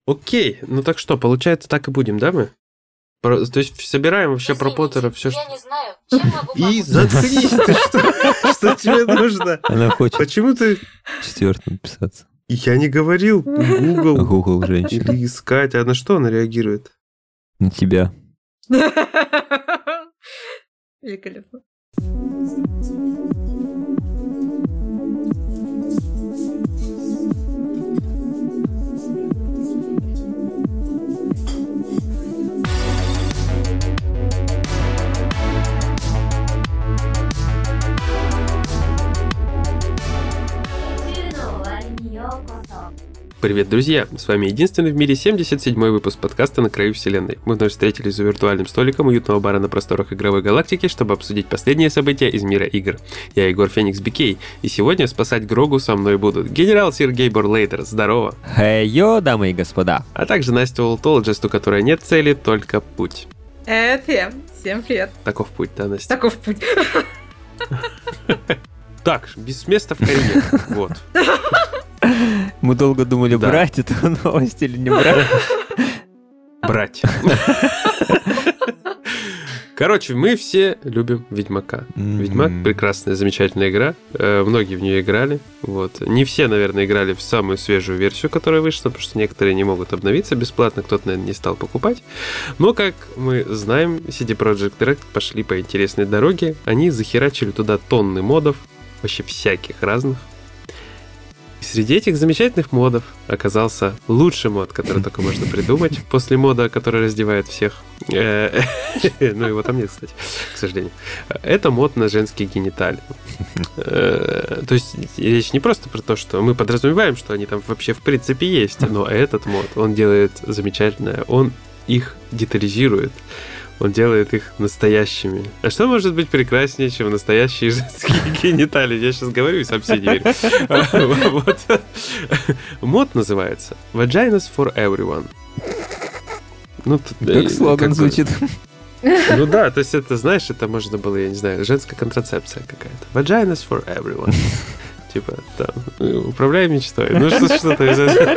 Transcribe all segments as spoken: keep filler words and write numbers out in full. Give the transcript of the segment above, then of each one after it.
Окей, ну так что, получается, так и будем, да, мы? Про, то есть собираем вообще Извините, про Поттера все, я что... не знаю, чем могу И помочь? заткнись ты, что, что тебе нужно? Она хочет Почему ты... четвертым писаться. Я не говорил Google Google женщина. или искать, а на что она реагирует? На тебя. Великолепно. Привет, друзья! С вами единственный в мире семьдесят седьмой выпуск подкаста «На краю вселенной». Мы вновь встретились за виртуальным столиком уютного бара на просторах игровой галактики, чтобы обсудить последние события из мира игр. Я Егор Феникс Бикей, и сегодня спасать Грогу со мной будут генерал Сергей Бурлейдер, здорово! Хей-йо, дамы и господа! А также Настя Уолтологист, у которой нет цели, только путь. Это я. Всем привет. Таков путь, да, Настя? Таков путь. Так, без места в карьере. Вот. Мы долго думали, Да. брать эту новость или не брать. Брать. Короче, мы все любим Ведьмака. Ведьмак — прекрасная, замечательная игра. Э, Многие в нее играли. Вот. Не все, наверное, играли в самую свежую версию, которая вышла, потому что некоторые не могут обновиться бесплатно, кто-то, наверное, не стал покупать. Но, как мы знаем, си ди Projekt Red пошли по интересной дороге. Они захерачили туда тонны модов, вообще всяких разных. И среди этих замечательных модов оказался лучший мод, который только можно придумать, после мода, который раздевает всех. Э, Ну, его там нет, кстати, к сожалению. Это мод на женские гениталии. Э, То есть речь не просто про то, что мы подразумеваем, что они там вообще в принципе есть, но этот мод, он делает замечательное, он их детализирует. Он делает их настоящими. А что может быть прекраснее, чем настоящие женские гениталии? Я сейчас говорю и сам себе не верю. Вот. Мод называется Vaginas for Everyone. Ну, тут, э, Как слоган как бы- звучит. Ну да, то есть это, знаешь, это можно было, я не знаю, женская контрацепция какая-то. Vaginas for Everyone. Типа, там, э, управляй мечтой. Ну, что- что-то из этого.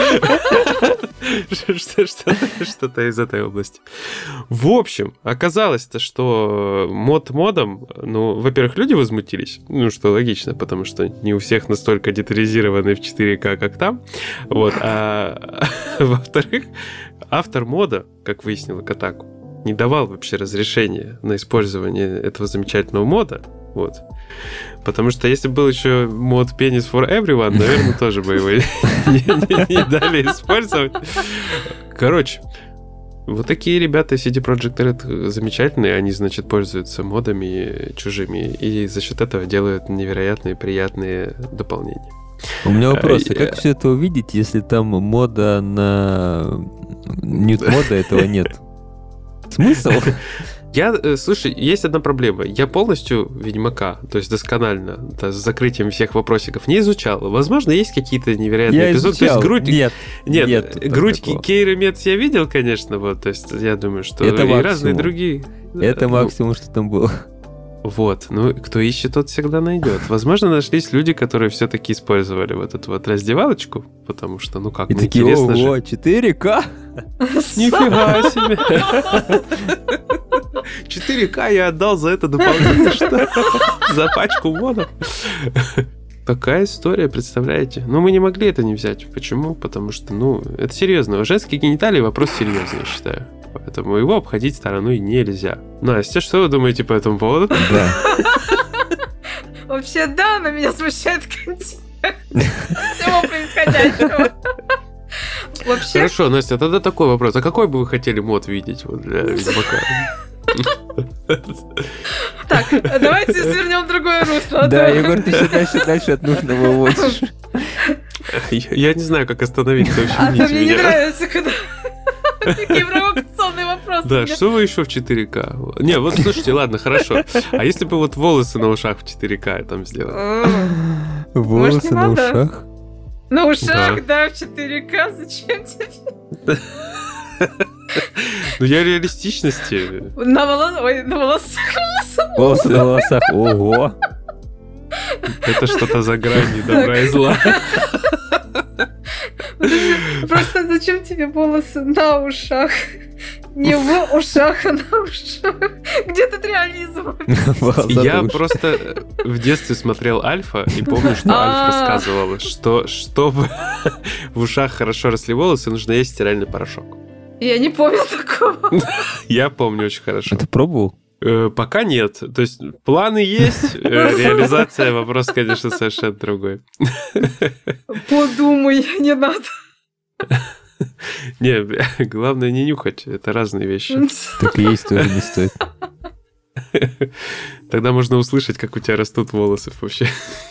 Что- Что-то что-то из этой области. В общем, оказалось-то, что мод модом, ну, во-первых, люди возмутились, ну, что логично, потому что не у всех настолько детализированы в четыре ка, как там. Вот. А во-вторых, автор мода, как выяснила Kotaku, не давал вообще разрешения на использование этого замечательного мода. Вот. Потому что если был еще мод Penis for Everyone, наверное, тоже бы его не, не- не дали использовать. Короче, вот такие ребята си ди Projekt Red замечательные. Они, значит, пользуются модами чужими и за счет этого делают невероятные приятные дополнения. У меня вопрос, а Э, как все это увидеть, если там мода на... Ньют-мода этого нет? Смысл? Я, э, слушай, есть одна проблема. Я полностью Ведьмака, то есть досконально, да, с закрытием всех вопросиков, не изучал. Возможно, есть какие-то невероятные Я эпизоды. То есть изучал. грудь... Нет, Нет, нет там грудь такого. Кейры Метс я видел, конечно, вот, то есть я думаю, что Это и максимум. разные другие. Это Ну, максимум, что там было. вот, ну, кто ищет, тот всегда найдет. Возможно, нашлись люди, которые все-таки использовали вот эту вот раздевалочку, потому что, ну как, И ну, такие, интересно же. ого, четыре ка? Нифига себе! четыре ка я отдал за это дополнение, что? За пачку модов? Такая история, представляете? Но мы не могли это не взять. Почему? Потому что, ну, это серьезно. Женские гениталии вопрос серьезный, я считаю. Поэтому его обходить стороной нельзя. Настя, что вы думаете по этому поводу? Да. Вообще, да, но меня смущает контекст всего происходящего. Вообще, Хорошо, Настя, тогда такой вопрос. А какой бы вы хотели мод видеть вот для Ведьмака? так, давайте свернем в другое русло. а Да, то- Егор, ты все дальше и дальше от нужного уводишь. Я я не знаю, как остановиться. А то Ущемите мне не меня. нравится, когда такие провокационные вопросы. Да, у меня. что вы еще в четыре ка? Не, вот слушайте, ладно, хорошо. А если бы вот волосы на ушах в четыре ка там сделать? М, Волосы не на надо? ушах. На ушах, Да. да, в четыре ка, зачем тебе? Ну, я реалистичности. На волосах, ой, на волосах. Волосы на волосах. Ого. Это что-то за гранью добра и зла. Просто зачем тебе волосы на ушах? Не в ушах, а на ушах. Где тут реализм? Я просто в детстве смотрел «Альфа» и помню, что Альф рассказывала, что чтобы в ушах хорошо росли волосы, нужно есть стиральный порошок. Я не помню такого. Я помню очень хорошо. Ты пробовал? Пока нет. То есть планы есть, реализация, вопрос, конечно, совершенно другой. Подумай, не надо. Не, главное не нюхать, это разные вещи. Так и есть тоже не стоит. Тогда можно услышать, как у тебя растут волосы вообще.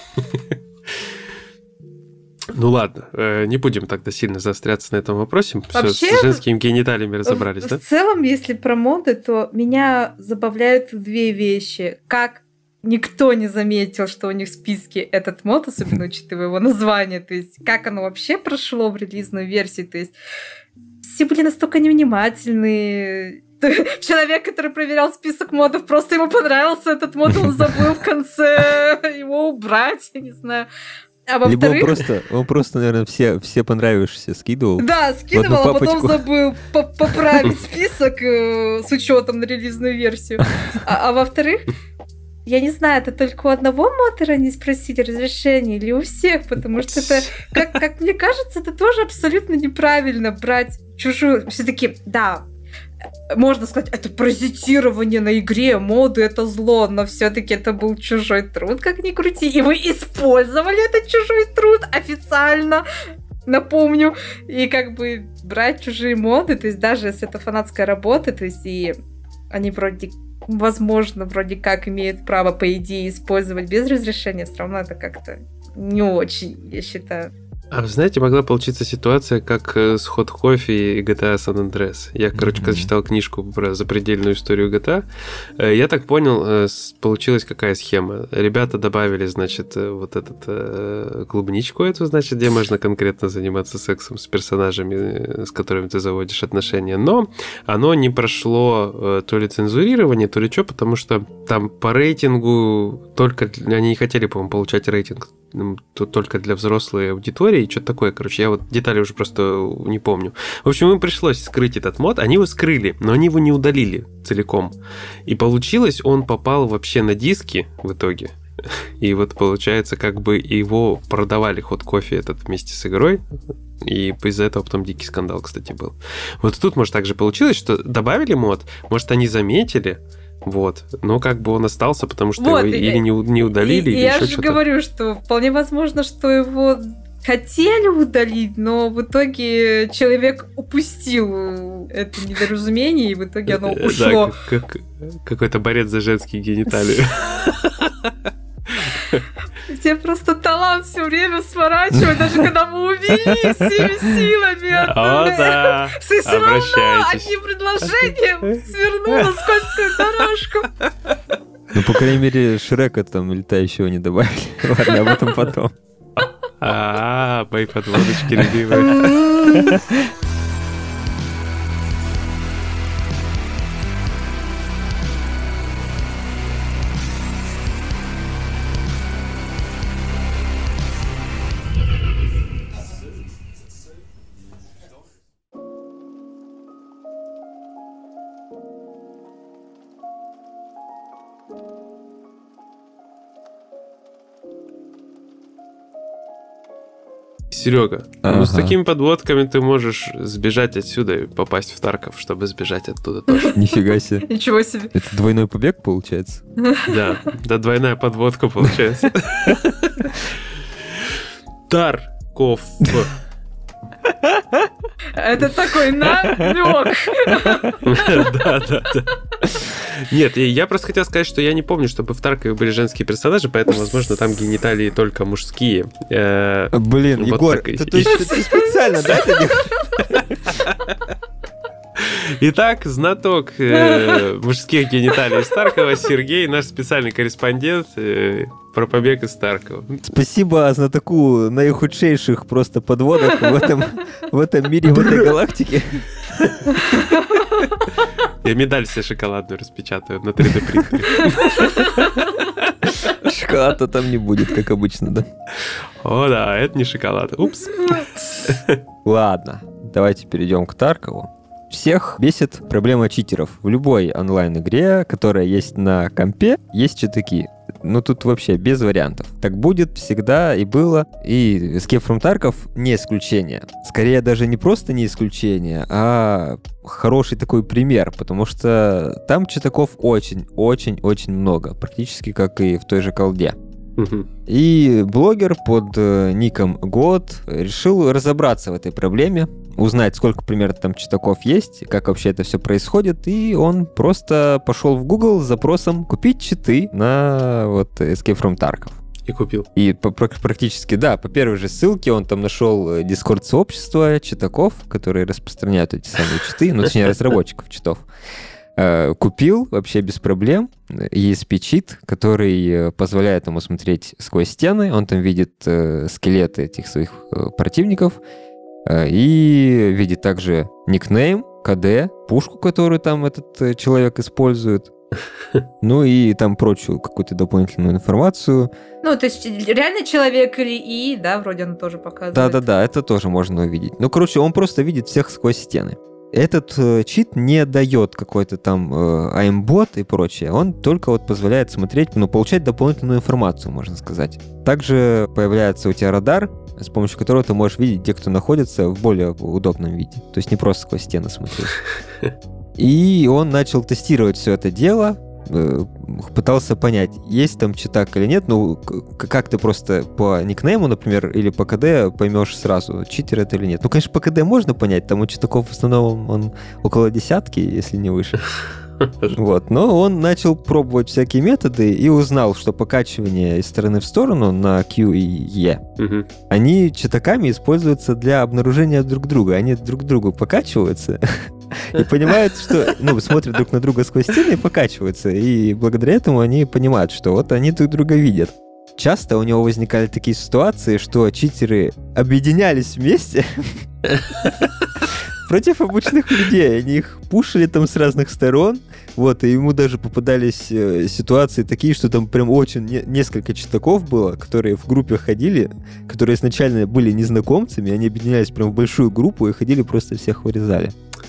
Ну ладно, не будем тогда сильно заостряться на этом вопросе. Вообще, Все, с женскими гениталиями разобрались, в, да? В целом, если про моды, то меня забавляют две вещи. Как никто не заметил, что у них в списке этот мод, особенно учитывая его название, то есть как оно вообще прошло в релизную версию, то есть все были настолько невнимательны. Человек, который проверял список модов, просто ему понравился этот мод, он забыл в конце его убрать, я не знаю. А Либо он просто, он просто, наверное, все, все понравившиеся скидывал. Да, скидывал, а потом забыл поправить список с учетом на релизную версию. А, а во-вторых, я не знаю, это только у одного модера не спросили разрешения или у всех, потому что это, как, как мне кажется, это тоже абсолютно неправильно брать чужую... Все-таки, да, можно сказать, это паразитирование на игре, моды это зло, но все-таки это был чужой труд, как ни крути, и вы использовали этот чужой труд официально, напомню, и как бы брать чужие моды, то есть даже если это фанатская работа, то есть и они вроде, возможно, вроде как имеют право, по идее, использовать без разрешения, все равно это как-то не очень, я считаю. А вы знаете, могла получиться ситуация, как с Hot Coffee и джи ти эй San Andreas. Я, короче, mm-hmm. когда читал книжку про запредельную историю джи ти эй, я так понял, получилась какая схема. Ребята добавили, значит, вот этот клубничку эту, значит, где можно конкретно заниматься сексом с персонажами, с которыми ты заводишь отношения. Но оно не прошло то ли цензурирование, то ли что, потому что там по рейтингу только... Они не хотели, по-моему, получать рейтинг только для взрослой аудитории, что-то такое, короче, я вот детали уже просто не помню. В общем, им пришлось скрыть этот мод, они его скрыли, но они его не удалили целиком. И получилось, он попал вообще на диски в итоге. И вот получается, как бы его продавали Hot Coffee этот вместе с игрой, и из-за этого потом дикий скандал, кстати, был. Вот тут, может, так же получилось, что добавили мод, может, они заметили, вот, но как бы он остался, потому что вот, его или не, не удалили, и, или я еще же что-то. говорю, что вполне возможно, что его хотели удалить, но в итоге человек упустил это недоразумение, и в итоге оно ушло. Да, как, как, какой-то борец за женские гениталии. Тебе просто талант все время сворачивать, даже когда мы увели всеми силами. О, да. Ты все равно одним предложением свернула скользкую дорожку. Ну, по крайней мере, Шрека там летающего не добавили. Ладно, об этом потом. А, мои подводочки любимые. Серега, ага. ну с такими подводками ты можешь сбежать отсюда и попасть в Тарков, чтобы сбежать оттуда тоже. Нифига себе. Ничего себе. Это двойной побег получается? Да, да, двойная подводка получается. Тарков. Это такой намек. Да, да, да. Нет, я просто хотел сказать, что я не помню, чтобы в Таркове были женские персонажи, поэтому, возможно, там гениталии только мужские. Блин, Егор, ты специально, да, это делаешь? Итак, знаток э, мужских гениталий из Таркова Сергей, наш специальный корреспондент э, про побег из Таркова. Спасибо знатоку наихудшейших просто подводок в этом, в этом мире, в этой галактике. Я медаль себе шоколадную распечатаю на три дэ принтере. Шоколада там не будет, как обычно, да? О, да, это не шоколад. Упс. Ладно. давайте перейдем к Таркову. Всех бесит проблема читеров. В любой онлайн-игре, которая есть на компе, есть читаки. Ну, тут вообще без вариантов. Так будет всегда и было. И Escape from Tarkov не исключение. Скорее, даже не просто не исключение, а хороший такой пример, потому что там читаков очень-очень-очень много. Практически как и в той же колде. Угу. И блогер под э, ником God решил разобраться в этой проблеме, узнать, сколько примерно там читаков есть, как вообще это все происходит, и он просто пошел в Google с запросом «купить читы на вот Escape from Tarkov». И купил. И по, практически, да, по первой же ссылке он там нашел Discord-сообщество читаков, которые распространяют эти самые читы, ну, точнее, разработчиков читов. Купил вообще без проблем и эс пи-чит, который позволяет ему смотреть сквозь стены. Он там видит э, скелеты этих своих э, противников э, и видит также никнейм, ка дэ, пушку, которую там этот э, человек использует. Ну и там прочую какую-то дополнительную информацию. Ну, то есть реальный человек или ИИ, да, вроде он тоже показывает. Да-да-да, это тоже можно увидеть. Ну, короче, он просто видит всех сквозь стены. Этот э, чит не дает какой-то там э, аймбот и прочее. Он только вот позволяет смотреть, ну, получать дополнительную информацию, можно сказать. Также появляется у тебя радар, с помощью которого ты можешь видеть, где кто находится в более удобном виде. То есть не просто сквозь стены смотреть. И он начал тестировать все это дело, пытался понять, есть там читак или нет. Ну, как ты просто по никнейму, например, или по ка дэ поймешь сразу, читер это или нет. Ну, конечно, по ка дэ можно понять, там у читаков в основном он около десятки, если не выше. Вот. Но он начал пробовать всякие методы и узнал, что покачивание из стороны в сторону на Q и E, угу. они читаками используются для обнаружения друг друга. Они друг к другу покачиваются и понимают, что... Ну, смотрят друг на друга сквозь стены и покачиваются. И благодаря этому они понимают, что вот они друг друга видят. Часто у него возникали такие ситуации, что читеры объединялись вместе против обычных людей. Они их пушили там с разных сторон. Вот, и ему даже попадались э, ситуации такие, что там прям очень не, несколько читаков было, которые в группе ходили, которые изначально были незнакомцами, они объединялись прям в большую группу и ходили, просто всех вырезали.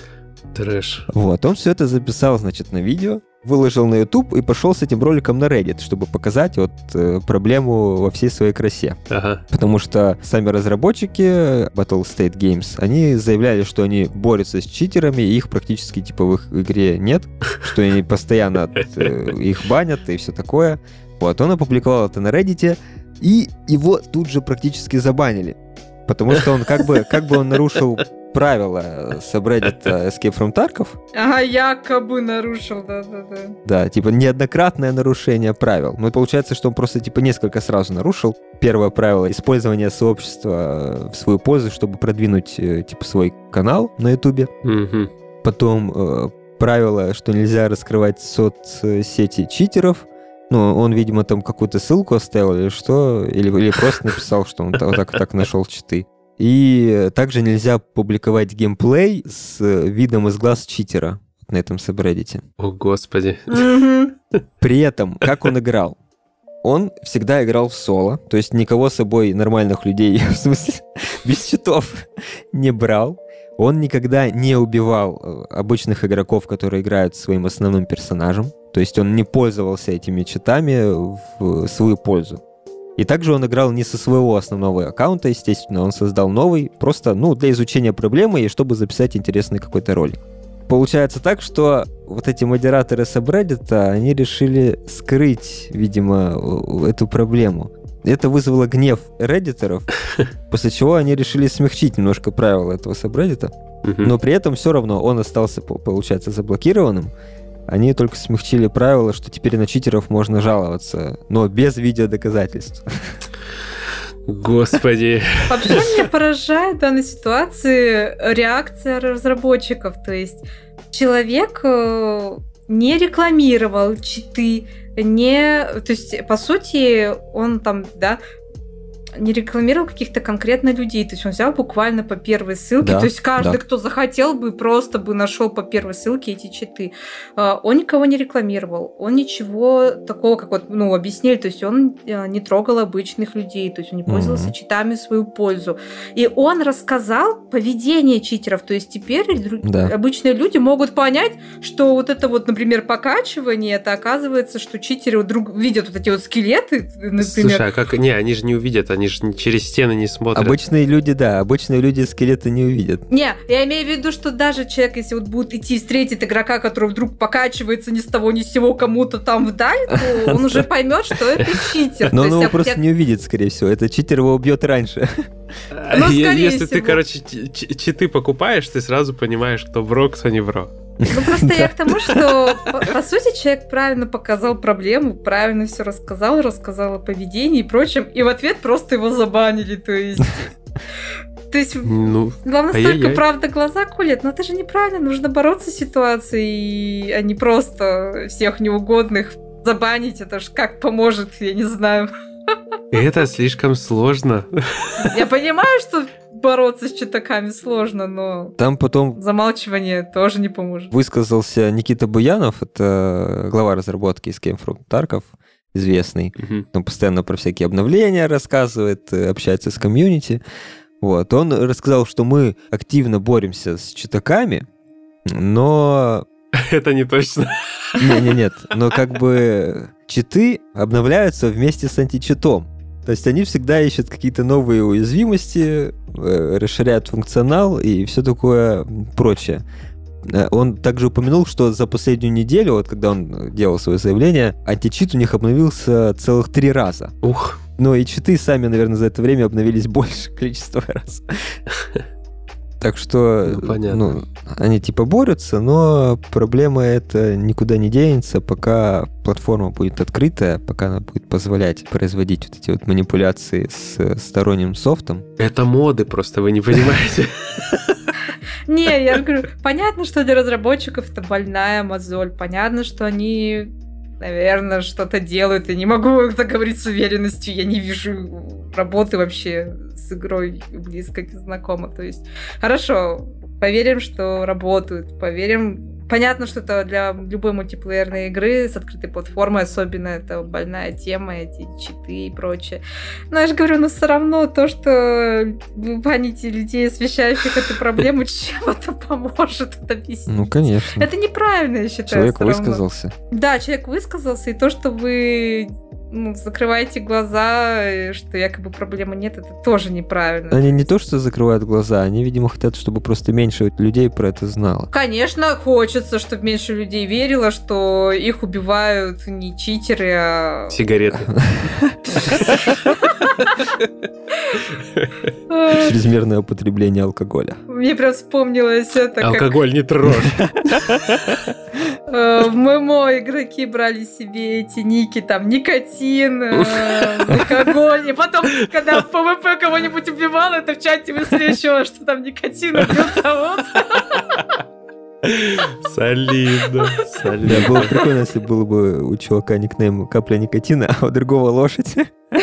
Трэш. Вот, он все это записал, значит, на видео, выложил на YouTube и пошел с этим роликом на Reddit, чтобы показать вот э, проблему во всей своей красе. Ага. Потому что сами разработчики Battle State Games, они заявляли, что они борются с читерами, и их практически типа в их игре нет, что они постоянно э, их банят и все такое. Вот, он опубликовал это на Reddit, и его тут же практически забанили. Потому что он как бы, как бы он нарушил правила сабреддита Escape from Tarkov. Ага, якобы нарушил, да-да-да. Да, типа неоднократное нарушение правил. Ну, получается, что он просто типа несколько сразу нарушил. Первое правило — использование сообщества в свою пользу, чтобы продвинуть типа свой канал на Ютубе. Mm-hmm. Потом э, правило, что нельзя раскрывать соцсети читеров. Ну, он, видимо, там какую-то ссылку оставил или что, или, или просто написал, что он так, так, так нашел читы. И также нельзя публиковать геймплей с видом из глаз читера на этом сабреддите. О, господи. При этом, как он играл? Он всегда играл в соло, то есть никого с собой нормальных людей, в смысле, без читов, не брал. Он никогда не убивал обычных игроков, которые играют своим основным персонажем. То есть он не пользовался этими читами в свою пользу. И также он играл не со своего основного аккаунта, естественно, он создал новый, просто, ну, для изучения проблемы и чтобы записать интересный какой-то ролик. Получается так, что вот эти модераторы сабреддита, они решили скрыть, видимо, эту проблему. Это вызвало гнев реддиторов, после чего они решили смягчить немножко правила этого сабреддита, но при этом все равно он остался, получается, заблокированным. Они только смягчили правила, что теперь на читеров можно жаловаться, но без видеодоказательств. Господи. Вообще меня поражает в данной ситуации реакция разработчиков. То есть человек не рекламировал читы, не... То есть, по сути, он там, да, не рекламировал каких-то конкретно людей. То есть он взял буквально по первой ссылке. Да, то есть каждый, да. кто захотел бы, просто бы нашел по первой ссылке эти читы. Он никого не рекламировал. Он ничего такого, как вот, ну, объяснили. То есть он не трогал обычных людей. То есть он не пользовался mm-hmm. читами в свою пользу. И он рассказал поведение читеров. То есть теперь да. обычные люди могут понять, что вот это вот, например, покачивание, это оказывается, что читеры вдруг видят вот эти вот скелеты, например. Слушай, а как... Не, они же не увидят, они же через стены не смотрят. Обычные люди, да, обычные люди скелеты не увидят. Не, я имею в виду, что даже человек, если вот будет идти встретить игрока, который вдруг покачивается ни с того ни с сего кому-то там вдаль, то он уже поймет, что это читер. Но он его просто не увидит, скорее всего. Это читер его убьет раньше. Ну, если ты, короче, читы покупаешь, ты сразу понимаешь, кто бро, кто не бро. Ну, просто я к тому, что, по, по сути, человек правильно показал проблему, правильно все рассказал, рассказал о поведении и прочем, и в ответ просто его забанили, то есть... То есть, ну, вам настолько правда глаза колят, но это же неправильно, нужно бороться с ситуацией, а не просто всех неугодных забанить, это ж как поможет, я не знаю. Это слишком сложно. Я понимаю, что бороться с читаками сложно, но там потом замалчивание тоже не поможет. Высказался Никита Буянов, это глава разработки Escape from Tarkov, известный. Uh-huh. Он постоянно про всякие обновления рассказывает, общается с комьюнити. Вот. Он рассказал, что мы активно боремся с читаками, но... Это не точно. Не-не-нет, но как бы читы обновляются вместе с античитом. То есть они всегда ищут какие-то новые уязвимости, расширяют функционал и все такое прочее. Он также упомянул, что за последнюю неделю, вот когда он делал свое заявление, античит у них обновился целых три раза. Ух. Ну и читы сами, наверное, за это время обновились большее количество раз. Так что, ну, ну, они типа борются, но проблема эта никуда не денется, пока платформа будет открытая, пока она будет позволять производить вот эти вот манипуляции с сторонним софтом. Это моды просто, вы не понимаете. Не, я говорю, понятно, что для разработчиков это больная мозоль, понятно, что они, наверное, что-то делают, я не могу это говорить с уверенностью, я не вижу работы вообще с игрой близко не знакома, то есть, хорошо, поверим, что работают, поверим, понятно, что это для любой мультиплеерной игры с открытой платформой, особенно это больная тема, эти читы и прочее. Но я же говорю, но все равно то, что вы баните людей, освещающих эту проблему, чем это поможет это объяснить? Ну, конечно. Это неправильно, я считаю. Человек высказался. Да, человек высказался, и то, что вы... Ну, закрываете глаза, что якобы проблемы нет, это тоже неправильно. Они не то, что закрывают глаза, они, видимо, хотят, чтобы просто меньше людей про это знало. Конечно, хочется, чтобы меньше людей верило, что их убивают не читеры, а... Сигареты. Чрезмерное употребление алкоголя. Мне прям вспомнилось это. Алкоголь не трожь. В ММО игроки брали себе эти ники, там, никотин, алкоголь. И потом, когда в ПВП кого-нибудь убивал, это в чате высвечивало, что там никотин убил кого-то. Солидно, солидно. Да, было прикольно, если было бы у чувака никнейм «Капля никотина», а у другого «Лошадь».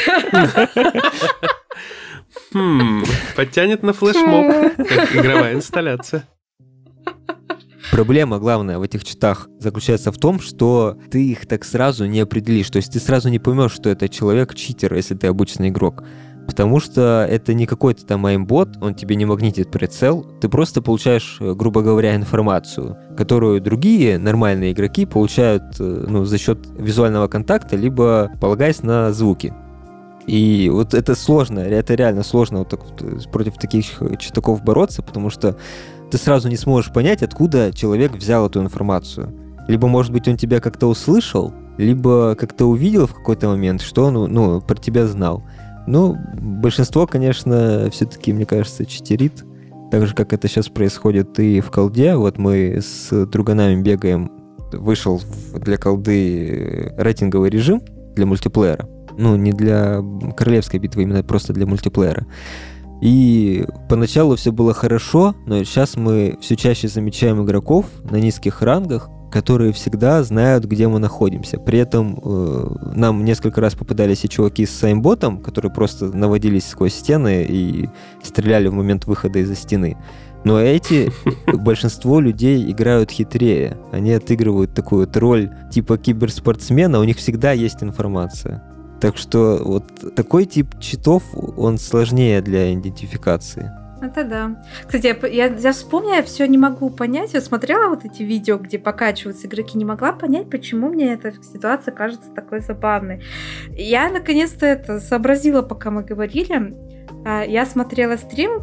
Хм, подтянет на флешмоб, как игровая инсталляция. Проблема главная в этих читах заключается в том, что ты их так сразу не определишь. То есть ты сразу не поймешь, что это человек-читер, если ты обычный игрок. Потому что это не какой-то там аймбот, он тебе не магнитит прицел. Ты просто получаешь, грубо говоря, информацию, которую другие нормальные игроки получают, ну, за счет визуального контакта, либо полагаясь на звуки. И вот это сложно, это реально сложно вот так вот против таких читаков бороться, потому что ты сразу не сможешь понять, откуда человек взял эту информацию. Либо, может быть, он тебя как-то услышал, либо как-то увидел в какой-то момент, что он, ну, про тебя знал. Ну, большинство, конечно, все-таки, мне кажется, читерит. Так же, как это сейчас происходит и в колде. Вот мы с друганами бегаем. Вышел для колды рейтинговый режим для мультиплеера. Ну, не для королевской битвы, именно просто для мультиплеера. И поначалу все было хорошо, но сейчас мы все чаще замечаем игроков на низких рангах, которые всегда знают, где мы находимся. При этом э, нам несколько раз попадались и чуваки с сайм-ботом, которые просто наводились сквозь стены и стреляли в момент выхода из-за стены. Но эти, большинство людей играют хитрее. Они отыгрывают такую вот роль типа киберспортсмена, у них всегда есть информация. Так что вот такой тип читов, он сложнее для идентификации. Это да. Кстати, я, я, я вспомнила, я все не могу понять. Я смотрела вот эти видео, где покачиваются игроки, не могла понять, почему мне эта ситуация кажется такой забавной. Я наконец-то это сообразила, пока мы говорили. Я смотрела стрим,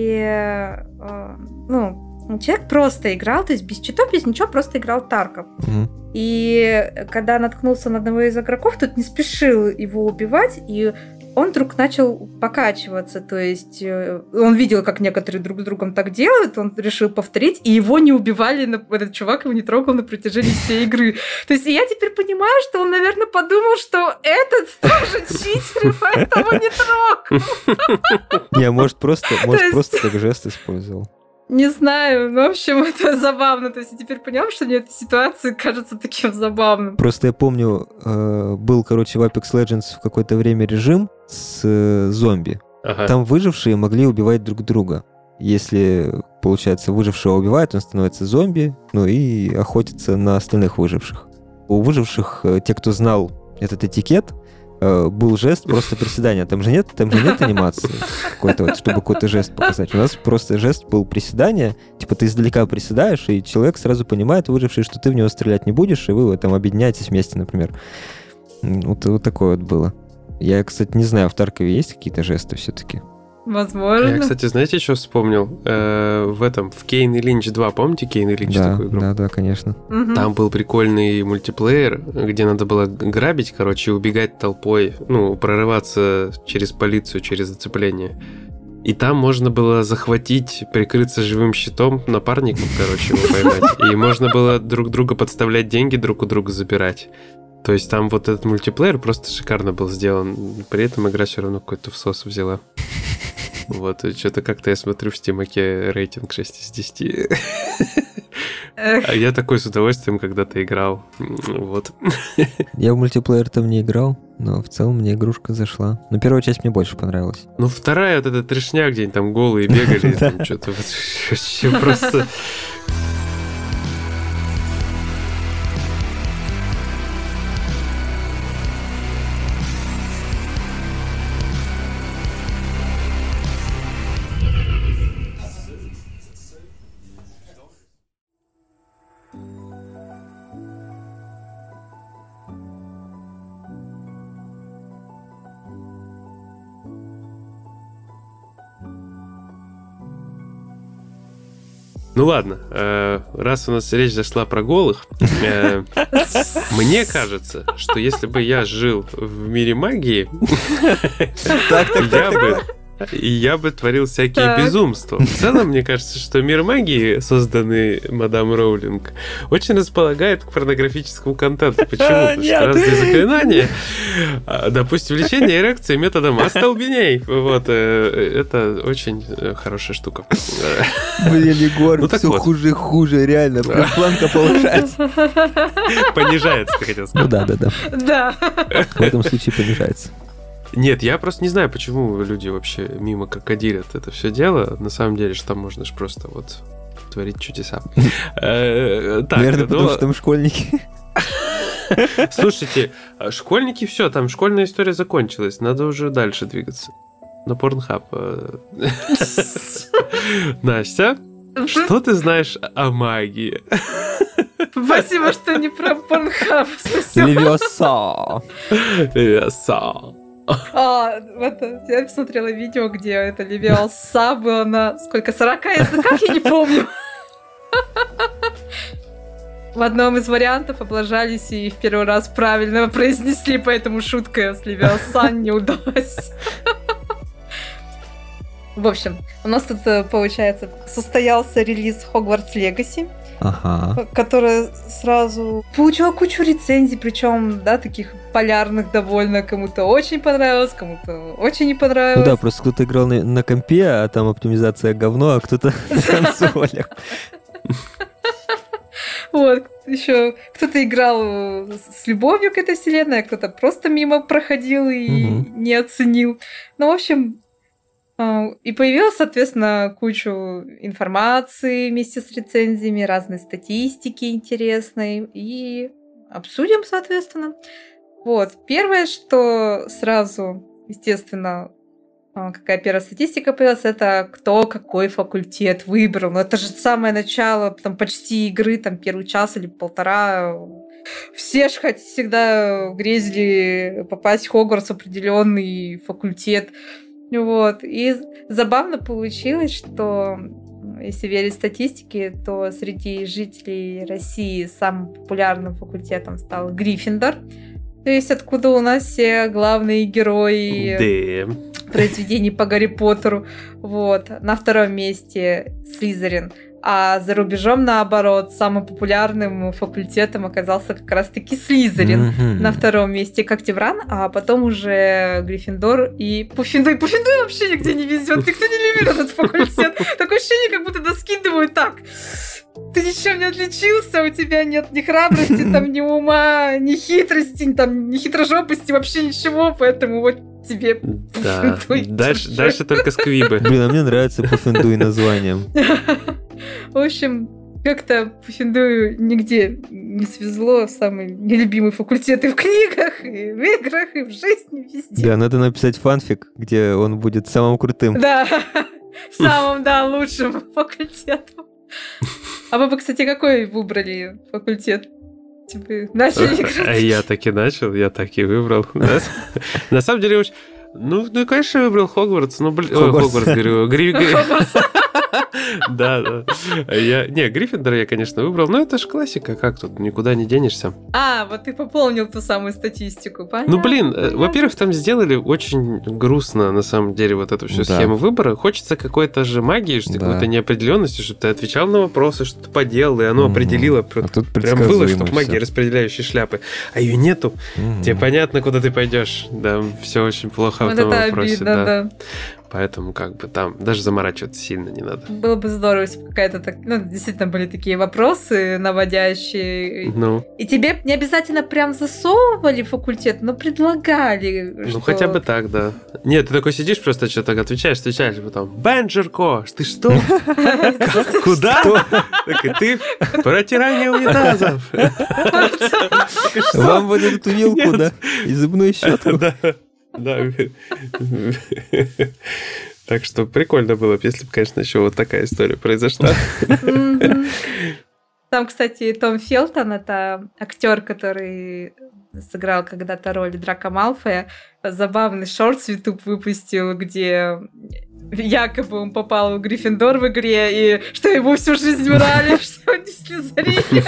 где ну, человек просто играл, то есть без читов, без ничего, просто играл Тарков. Mm-hmm. И когда наткнулся на одного из игроков, тот не спешил его убивать, и он вдруг начал покачиваться, то есть он видел, как некоторые друг с другом так делают, он решил повторить, и его не убивали, этот чувак его не трогал на протяжении всей игры. То есть я теперь понимаю, что он, наверное, подумал, что этот тоже читер, и поэтому не трогал. Не, может, просто просто как жест использовал. Не знаю, ну, в общем, это забавно. То есть я теперь поняла, что мне эта ситуация кажется таким забавным. Просто я помню, был, короче, в Apex Legends в какое-то время режим с зомби. Ага. Там выжившие могли убивать друг друга. Если, получается, выжившего убивают, он становится зомби, ну и охотится на остальных выживших. У выживших, те, кто знал этот этикет, был жест просто приседания. Там же нет, там же нет анимации какой-то, вот, чтобы какой-то жест показать. У нас просто жест был приседания. Типа ты издалека приседаешь, и человек сразу понимает, выживший, что ты в него стрелять не будешь, и вы там объединяетесь вместе, например. Вот, вот такое вот было. Я, кстати, не знаю, в Таркове есть какие-то жесты все-таки? Возможно. Я, кстати, знаете, что вспомнил? Э, в этом, в Кейн и Линч два, помните Кейн и Линч, да, такую игру? Да, да, конечно. Угу. Там был прикольный мультиплеер, где надо было грабить, короче, убегать толпой, ну, прорываться через полицию, через зацепление. И там можно было захватить, прикрыться живым щитом напарником, короче, его поймать. И можно было друг друга подставлять деньги, друг у друга забирать. То есть там вот этот мультиплеер просто шикарно был сделан. При этом игра все равно какой-то всос взяла. Вот, и что-то как-то я смотрю в Стимаке рейтинг шесть из десяти. А я такой с удовольствием когда-то играл. Вот. Я в мультиплеер там не играл, но в целом мне игрушка зашла. Но первая часть мне больше понравилась. Ну, вторая, вот эта трешня, где они там голые бегали, там что-то вообще просто... Ну ладно, раз у нас речь зашла про голых, мне кажется, что если бы я жил в мире магии, я бы... И я бы творил всякие так. безумства. В целом, мне кажется, что мир магии, созданный мадам Роулинг, очень располагает к порнографическому контенту. Почему? Потому что разные заклинания, допустим, лечение эрекции методом остолбеней. Вот, это очень хорошая штука. Блин, Егор, ну, все вот. хуже и хуже, реально. Планка повышается. Понижается, ты хотел сказать. Ну да, да, да. Да. В этом случае понижается. Нет, я просто не знаю, почему люди вообще мимо крокодилят это все дело. На самом деле, что там можно же просто вот творить чудеса. Наверное, потому что там школьники. Слушайте, школьники, все, там школьная история закончилась. Надо уже дальше двигаться. На Порнхаб. Настя, что ты знаешь о магии? Спасибо, что не про Порнхаб. Левиоса. Левиоса. А, это, я посмотрела видео, где это Левиоса было на сколько, сорока языках, я не помню. В одном из вариантов облажались и в первый раз правильно произнесли, поэтому шутка с Левиоса не удалась. В общем, у нас тут, получается, состоялся релиз Hogwarts Legacy, ага. которая сразу получила кучу рецензий, причем, да, таких полярных довольно. Кому-то очень понравилось, кому-то очень не понравилось. Ну да, просто кто-то играл на, на компе, а там оптимизация говно, а кто-то на консолях. Вот, еще кто-то играл с любовью к этой вселенной, а кто-то просто мимо проходил и угу. не оценил. Ну, в общем, и появилась, соответственно, кучу информации вместе с рецензиями, разной статистики интересной, и обсудим, соответственно. Вот, первое, что сразу, естественно, какая первая статистика появилась, это кто какой факультет выбрал. Но это же самое начало, там, почти игры, там, первый час или полтора. Все ж хоть всегда грезили попасть в Хогвартс в определенный факультет. Вот. И забавно получилось, что, если верить статистике, то среди жителей России самым популярным факультетом стал Гриффиндор. То есть откуда у нас все главные герои да. произведений по Гарри Поттеру. Вот. На втором месте Слизерин. А за рубежом, наоборот, самым популярным факультетом оказался как раз-таки Слизерин. Mm-hmm. На втором месте Когтевран, а потом уже Гриффиндор и Пуффиндуй. Пуффиндуй вообще нигде не везет. Никто не любит этот факультет. Такое ощущение, как будто доскидывают так. Ты ничем не отличился, у тебя нет ни храбрости, там, ни ума, ни хитрости, там, ни хитрожопости, вообще ничего, поэтому вот тебе да. Пуффиндуй. Дальше, дальше только сквибы. Блин, а мне нравится Пуффиндуй названием. В общем, как-то Пуффиндую нигде не свезло. Самый нелюбимый факультет и в книгах, и в играх, и в жизни, везде. Да, надо написать фанфик, где он будет самым крутым. Да, самым, да, лучшим факультетом. А вы бы, кстати, какой выбрали факультет? Типа, начали играть? А я так и начал, я так и выбрал. На самом деле, ну, ну, конечно, выбрал Хогвартс. Ну, блин, Хогвартс, говорю, Хогвартс. Да, да. Я, не, Гриффиндора я, конечно, выбрал, но это ж классика, как тут, никуда не денешься. А, вот ты пополнил ту самую статистику, понятно? Ну, блин, понятно. Во-первых, там сделали очень грустно, на самом деле, вот эту всю да. схему выбора. Хочется какой-то же магии, что да. какой-то неопределенности, чтобы ты отвечал на вопросы, что-то поделал, и оно угу. определило. А тут прям было, что в магии распределяющей шляпы, а ее нету. Угу. Тебе понятно, куда ты пойдешь. Да, все очень плохо вот в этом вопросе. Обидно, да. да. Поэтому как бы там даже заморачиваться сильно не надо. Было бы здорово, если бы какая-то так... Ну, действительно были такие вопросы наводящие. Ну. И тебе не обязательно прям засовывали факультет, но предлагали. Ну, что... хотя бы так, да. Нет, ты такой сидишь, просто что-то отвечаешь, отвечаешь, и потом Бенджерко, ты что? Куда? Так и ты протирание унитазов. Вам вот эту вилку, да? И зубную щетку. Да. Да. Так что прикольно было бы, если бы, конечно, еще вот такая история произошла. Там, кстати, Том Фелтон, это актер, который сыграл когда-то роль Драко Малфоя, забавный шорт в YouTube выпустил, где якобы он попал в Гриффиндор в игре, и что его всю жизнь врали, что он не Слизерин.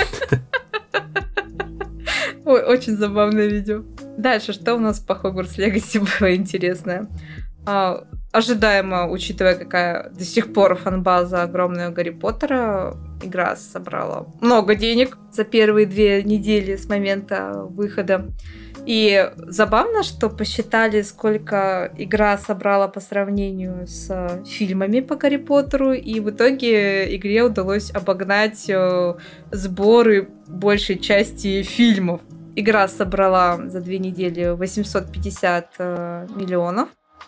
Ой, очень забавное видео. Дальше, что у нас по Хогвартс Легаси было интересное? А, ожидаемо, учитывая, какая до сих пор фан-база огромная у Гарри Поттера, игра собрала много денег за первые две недели с момента выхода. И забавно, что посчитали, сколько игра собрала по сравнению с фильмами по Гарри Поттеру, и в итоге игре удалось обогнать сборы большей части фильмов. Игра собрала за две недели восемьсот пятьдесят миллионов.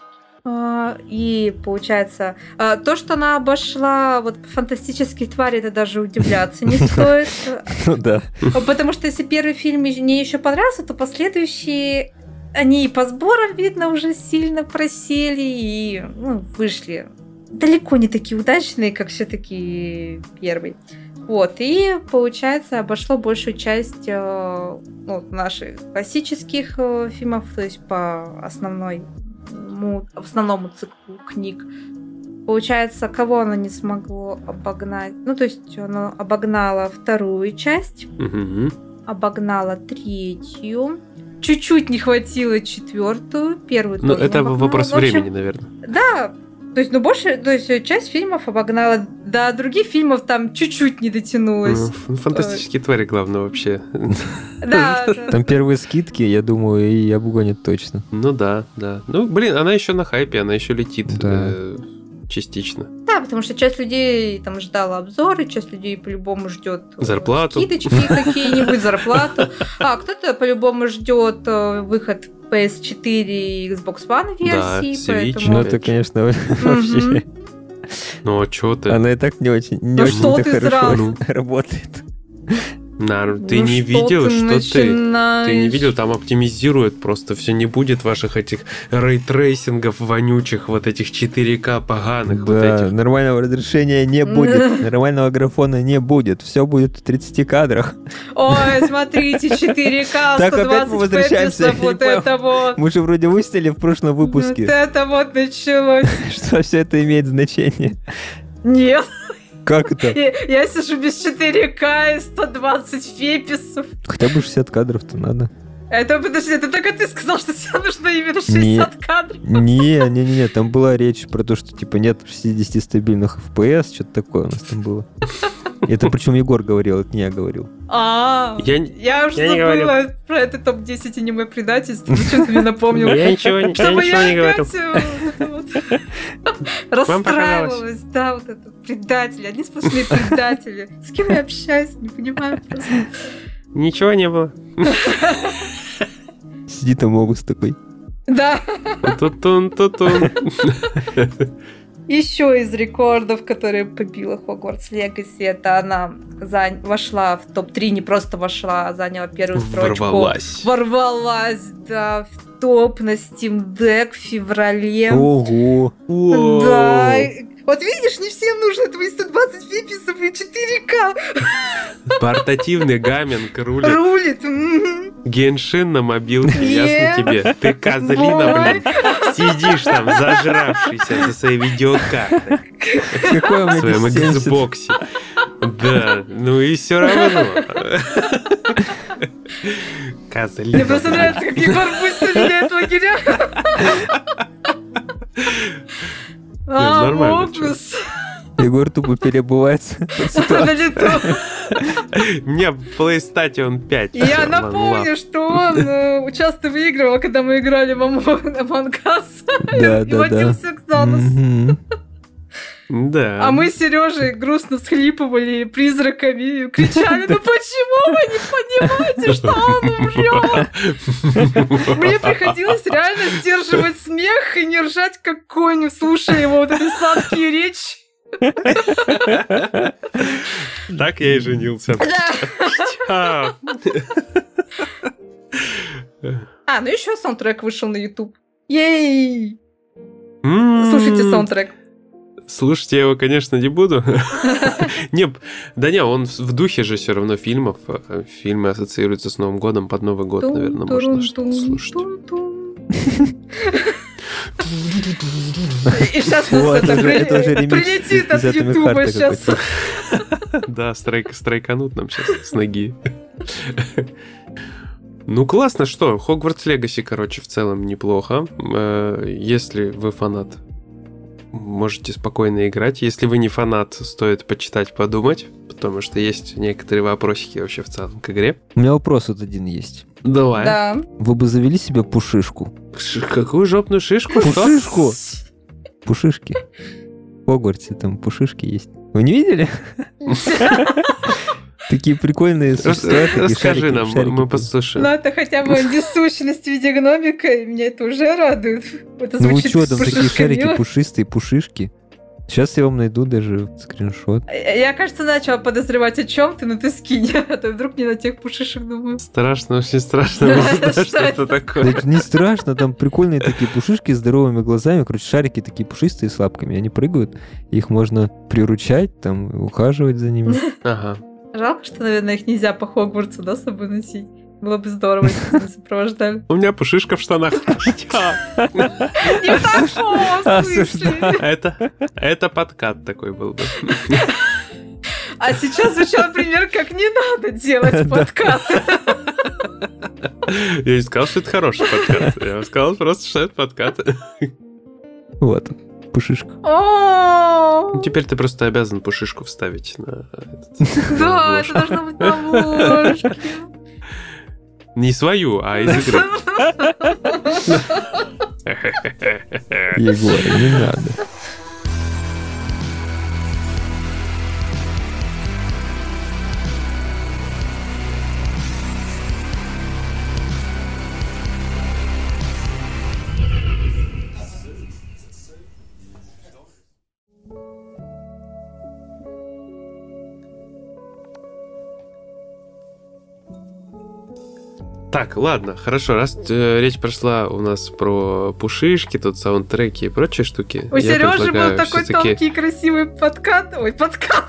И получается, то, что она обошла вот фантастических тварей, это даже удивляться не стоит. Ну да. Потому что если первый фильм мне еще понравился, то последующие, они и по сборам, видно, уже сильно просели и ну, вышли далеко не такие удачные, как все-таки первый. Вот, и, получается, обошло большую часть э, ну, наших классических э, фильмов, то есть по основной, му, основному циклу книг. Получается, кого оно не смогло обогнать? Ну, то есть оно обогнало вторую часть, угу. обогнало третью, чуть-чуть не хватило четвертую, первую ну, тоже это не вопрос в общем, времени, наверное. Да, то есть, ну, больше, то есть, часть фильмов обогнала, до других фильмов там чуть-чуть не дотянулась. Ну, фантастические твари, главное, вообще. Да. Там первые скидки, я думаю, и обгонит точно. Ну да, да. Ну, блин, она еще на хайпе, она еще летит частично. Да, знаю, потому что часть людей там ждала обзоры, часть людей по-любому ждет зарплату, скидочки какие-нибудь, зарплату. А кто-то по-любому ждет выход пи эс четыре и Xbox One версии. Да, поэтому... Ну, это, конечно, вообще... Ну, а чё ты? Она и так не очень, не ну, очень-то хорошо сразу? работает. На, ты ну, не что видел, ты что начинаешь? ты? Ты не видел, там оптимизируют просто. Все не будет ваших этих рейтрейсингов вонючих, вот этих четыре ка поганых. Да, вот этих. нормального разрешения не будет, нормального графона не будет. Все будет в тридцати кадрах. Ой, смотрите, четыре ка, Так, опять мы сто двадцать возвращаемся, эф пи эсов, я не вот понял. это вот. Мы же вроде выяснили в прошлом Вот выпуске, это вот началось. что все это имеет значение. Нет, Как это? я, я сижу без четыре ка и сто двадцать феписов. Хотя бы шестьдесят кадров-то надо. Это, подожди, это только ты сказал, что тебе нужно именно Не. шестьдесят кадров. Не, не, не, не, там была речь про то, что типа нет шестьдесят стабильных эф пи эс, что-то такое у нас там было. Это причем Егор говорил, это не я говорил. А, Я- я уже я не забыла про это топ десять аниме предательств. Ну, что ты мне напомнил? Я ничего, я Чтобы ничего я не говорил. опять э, вот это вот расстраивалась. Да, вот это предатели, одни сплошные предатели. С кем я общаюсь, не понимаю просто. Ничего не было. Сидит там Огус такой. Да. Тутун, тутун. Еще из рекордов, которые побила Хогвартс Легаси, это она зан... вошла в топ три, не просто вошла, а заняла первую строчку. Ворвалась. Ворвалась, да, в топ на Steam Deck в феврале. Ого. Да. Вот видишь, не всем нужно твои сто двадцать фиписов и четыре ка. Портативный гаминг рулит. Рулит. Мгм. Геншин на мобилке, Нет. ясно тебе? Ты козлина, блин. Сидишь там, зажравшийся за своей видеокартой Какой у в меня своем десять семьдесят? Xbox. Да, ну и все равно. Козлина. Мне просто блин. нравится, как Егор быстро меняет лагеря. А, нормально, Огус. Егор тупо переобувается под На ситуацию. лету. Мне в PlayStation пять. Я One напомню, Love. что он э, часто выигрывал, когда мы играли в Among Us. Да, И да, да. водился к Занусу. Мгм. Да. А мы с Сережей грустно всхлипывали призраками и кричали: ну почему вы не понимаете, что он умрет? Мне приходилось реально сдерживать смех и не ржать как конь, слушая его вот эти сладкие речи. Так я и женился. А, А, ну еще саундтрек вышел на YouTube. Ей! м, Слушайте саундтрек. Слушать я его, конечно, не буду. Не, да не, он в духе же все равно фильмов. а Фильмы ассоциируются с Новым годом. Под Новый год, наверное, можно что-то слушать. И сейчас Вот, нас это уже- это уже при- ремикс прилетит из от Atomic Ютуба Heart сейчас. какой-то. Да, страйк, страйканут нам сейчас с ноги. Ну, классно, что? Хогвартс Легаси, короче, в целом неплохо. Э, Если вы фанат, можете спокойно играть. Если вы не фанат, стоит почитать, подумать, потому что есть некоторые вопросики вообще в целом к игре. У меня вопрос вот один есть. Давай. Да. Вы бы завели себе пушишку? Ш- Какую жопную шишку? Что? Пушишку? Пушишки. В Хогвартсе там пушишки есть. Вы не видели? Такие прикольные Рас- существа. такие Расскажи шарики- нам, шарики мы такие. послушаем. Ну, это хотя бы несущность в виде гномика, и меня это уже радует. Это Ну вы звучит что, там такие пушишка шарики мило. пушистые, пушишки. Сейчас я вам найду даже скриншот. Я, кажется, начала подозревать, о чем ты, но ты скинь, а то вдруг не на тех пушишек думаю. Страшно, очень страшно. Да, Не знаю, что что это? это Да такое. это не страшно, там прикольные такие пушишки с здоровыми глазами. Короче, шарики такие пушистые с лапками. Они прыгают, их можно приручать, там, ухаживать за ними. Ага. Жалко, что, наверное, их нельзя по Хогвартсу, да, с собой носить. Было бы здорово, если бы нас сопровождали. У меня пушишка в штанах. Не в таком смысле. Это, это подкат такой был бы. А сейчас звучал пример, как не надо делать подкат. Я не сказал, что это хороший подкат. Я сказал просто, что это подкат. Вот, пушишка. О, Ну, теперь ты просто обязан пушишку вставить на этот... да, на это обложку. должно быть на обложке. Не свою, а из игры. Егор, не надо. Так, ладно, хорошо, раз э, речь прошла у нас про пушишки, тут саундтреки и прочие штуки. У Сережи был такой тонкий красивый подкат. Ой, подкат.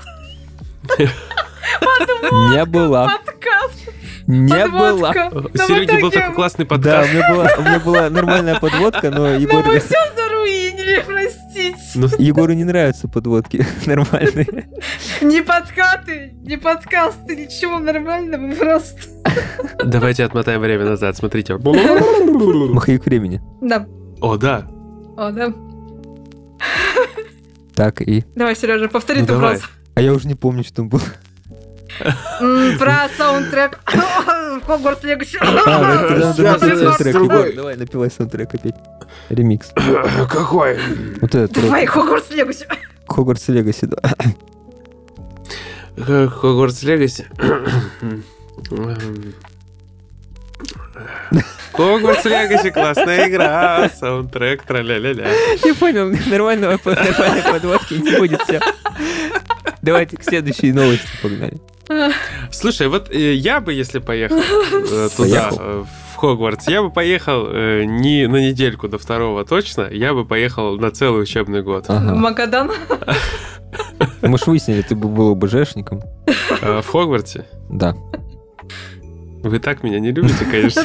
Не было. Не было. У Сереги был такой классный подкаст. Да, у меня была нормальная подводка, но Егор... Но мы все заруинили, простите. Егору не нравятся подводки нормальные. Не подкаты, не подкасты, ничего нормального просто. Давайте отмотаем время назад, смотрите. Маховик времени. Да. О, да. О, да. Так и... Давай, Сережа, повтори Ну, эту давай. фразу. А я уже не помню, что там было. М, Про саундтрек Хогвартс Легаси. А, тогда Сейчас, надо написать сейчас, саундтрек. другой. Егор, давай, напилай саундтрек опять. Ремикс. Какой? Вот этот. Давай, Хогвартс Легаси. Хогвартс Легаси, да. Хогвартс Легаси. Хогвартс Легаси, классная игра, саундтрек, тра-ля-ля-ля. Не понял, нормального нормальной подводки не будет, все. Давайте к следующей новости погнали. Слушай, вот э, я бы, если поехал э, туда, Поехал. э, в Хогвартс, я бы поехал э, не на недельку до второго точно, я бы поехал на целый учебный год. Ага. Магадан. Мы ж выяснили, ты бы был ОБЖшником. Э, в Хогвартсе? Да. Вы так меня не любите, конечно.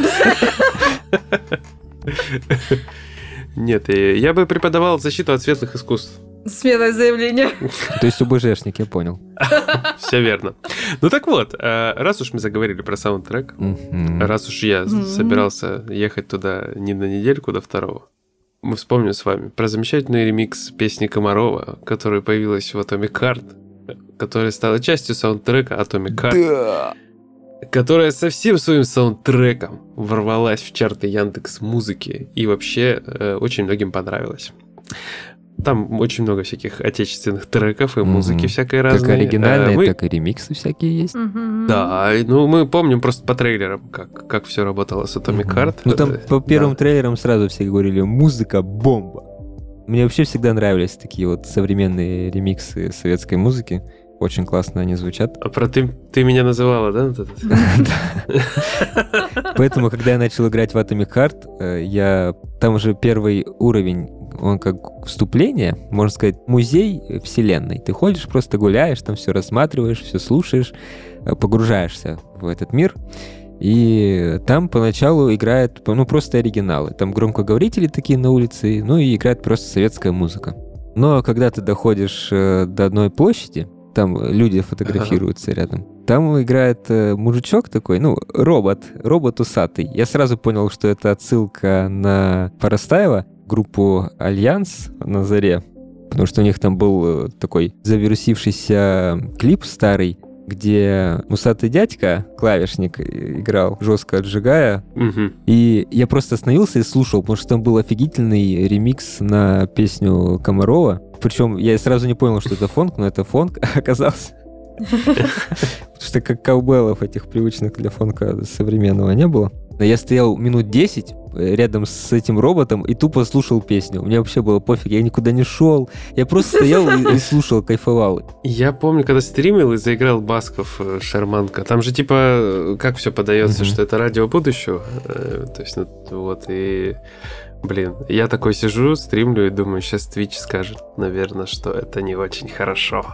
Нет, э, я бы преподавал защиту от светлых искусств. Смелое заявление. То есть ОБЖшник, я понял. Все верно. Ну так вот, э, раз уж мы заговорили про саундтрек, Мгм. раз уж я Мгм. собирался ехать туда не на недельку до второго, мы вспомним с вами про замечательный ремикс песни Комарова, которая появилась в Atomic Heart, которая стала частью саундтрека Atomic Heart, Да. которая со всем своим саундтреком ворвалась в чарты Яндекс.Музыки и вообще э, очень многим понравилась. Там очень много всяких отечественных треков и музыки Мгм. всякой разной. Как оригинальные, Э, мы- так и ремиксы всякие есть. Да, ну мы помним просто по трейлерам, как, как все работало с Atomic Мгм. Heart. Ну там Э, по первым да. трейлерам сразу все говорили: музыка бомба. Мне вообще всегда нравились такие вот современные ремиксы советской музыки. Очень классно они звучат. А про ты, ты меня называла, да? вот этот? Поэтому, когда я начал играть в Atomic Heart, э, я... там уже первый уровень, он как вступление, можно сказать, музей вселенной. Ты ходишь, просто гуляешь, там все рассматриваешь, все слушаешь, э, погружаешься в этот мир. И там поначалу играют, ну, просто оригиналы. Там громкоговорители такие на улице, ну, и играет просто советская музыка. Но когда ты доходишь э, до одной площади, там люди фотографируются рядом. Там играет э, мужичок такой, ну, робот, робот усатый. Я сразу понял, что это отсылка на Парастаева, группу «Альянс» на заре. Потому что у них там был э, такой завирусившийся клип старый, где усатый дядька, клавишник, играл, жестко отжигая. Мгм. И я просто остановился и слушал, потому что там был офигительный ремикс на песню Комарова. Причем я сразу не понял, что это фонк, но это фонк оказался. Потому что как каубеллов этих привычных для фонка современного не было. Я стоял минут десять рядом с этим роботом и тупо слушал песню. Мне вообще было пофиг, я никуда не шел. Я просто стоял и, и слушал, кайфовал. Я помню, когда стримил и заиграл Басков э, Шарманка. Там же типа э, как все подается, Мгм. что это радио будущего. э, То есть, ну, вот, и... Блин, я такой сижу, стримлю и думаю, сейчас Twitch скажет, наверное, что это не очень хорошо.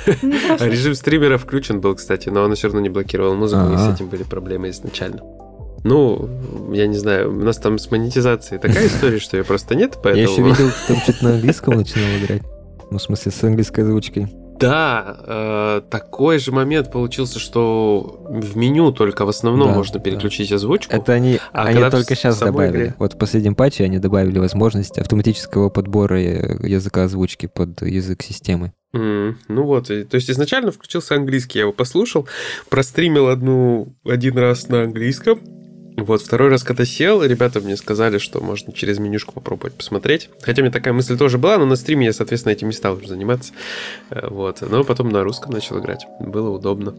Режим стримера включен был, кстати, но он все равно не блокировал музыку, и с А-а. этим были проблемы изначально. Ну, я не знаю, у нас там с монетизацией такая история, что ее просто нет, Я еще поэтому... видел, там что-то на английском начинал играть. Ну, в смысле, с английской озвучкой. Да, э, такой же момент получился, что в меню только в основном Да, можно переключить озвучку. Это они, А они когда только в сейчас самой добавили. игре? Вот в последнем патче они добавили возможность автоматического подбора э, языка озвучки под язык системы. М, ну вот, и- то есть изначально включился английский, я его послушал, простримил одну, один раз на английском. Вот, второй раз, когда сел, ребята мне сказали, что можно через менюшку попробовать посмотреть. Хотя у меня такая мысль тоже была, но на стриме я, соответственно, этим не стал уже заниматься. Э, Вот, но потом на русском начал играть. Было удобно.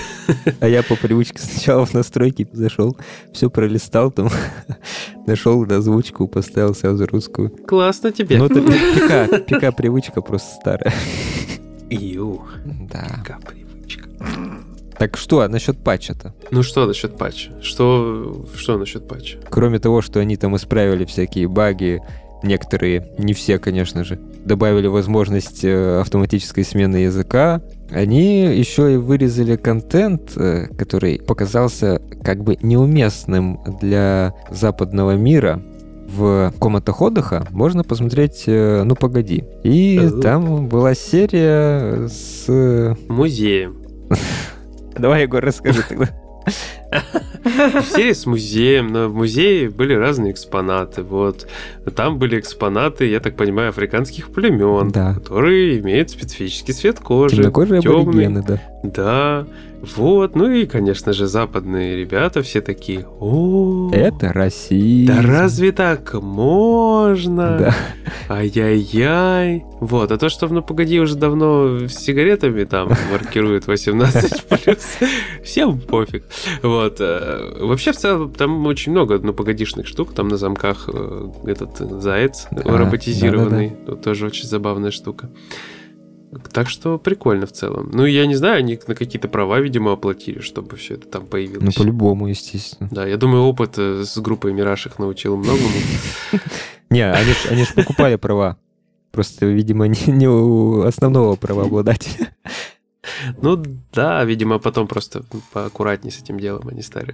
А я по привычке сначала в настройки зашел, все пролистал там, нашел озвучку, поставил сразу русскую. Классно тебе. Ну, это пика, пика привычка просто старая. Ию, Да. какая привычка. Так что насчет патча-то? Ну что насчет патча? Что, что насчет патча? Кроме того, что они там исправили всякие баги, некоторые, не все, конечно же, добавили возможность автоматической смены языка, они еще и вырезали контент, который показался как бы неуместным для западного мира. В комнатах отдыха можно посмотреть «Ну, погоди». И uh-huh. там была серия с... музеем. Давай, Егор, расскажи тогда. Серия с музеем, но в музее были разные экспонаты. Вот. Там были экспонаты, я так понимаю, африканских племен, да. которые имеют специфический цвет кожи. Темнокожие аборигены, да. Да. Вот, ну и, конечно же, западные ребята все такие: о, это Россия. Да разве так можно? Да. Ай-яй-яй. Вот, а то, что в «Ну, погоди» уже давно с сигаретами там маркируют восемнадцать плюс, всем пофиг. Вот. Вообще, в целом, там очень много «Ну, погодишных штук. Там на замках этот заяц а, роботизированный. Да, да, да. Тоже очень забавная штука. Так что прикольно в целом. Ну, я не знаю, они на какие-то права, видимо, оплатили, чтобы все это там появилось. Ну, по-любому, естественно. Да, я думаю, опыт с группой Мираж их научил многому. Не, они же покупали права. Просто, видимо, не у основного правообладателя. Ну, да, видимо, потом просто поаккуратнее с этим делом они стали.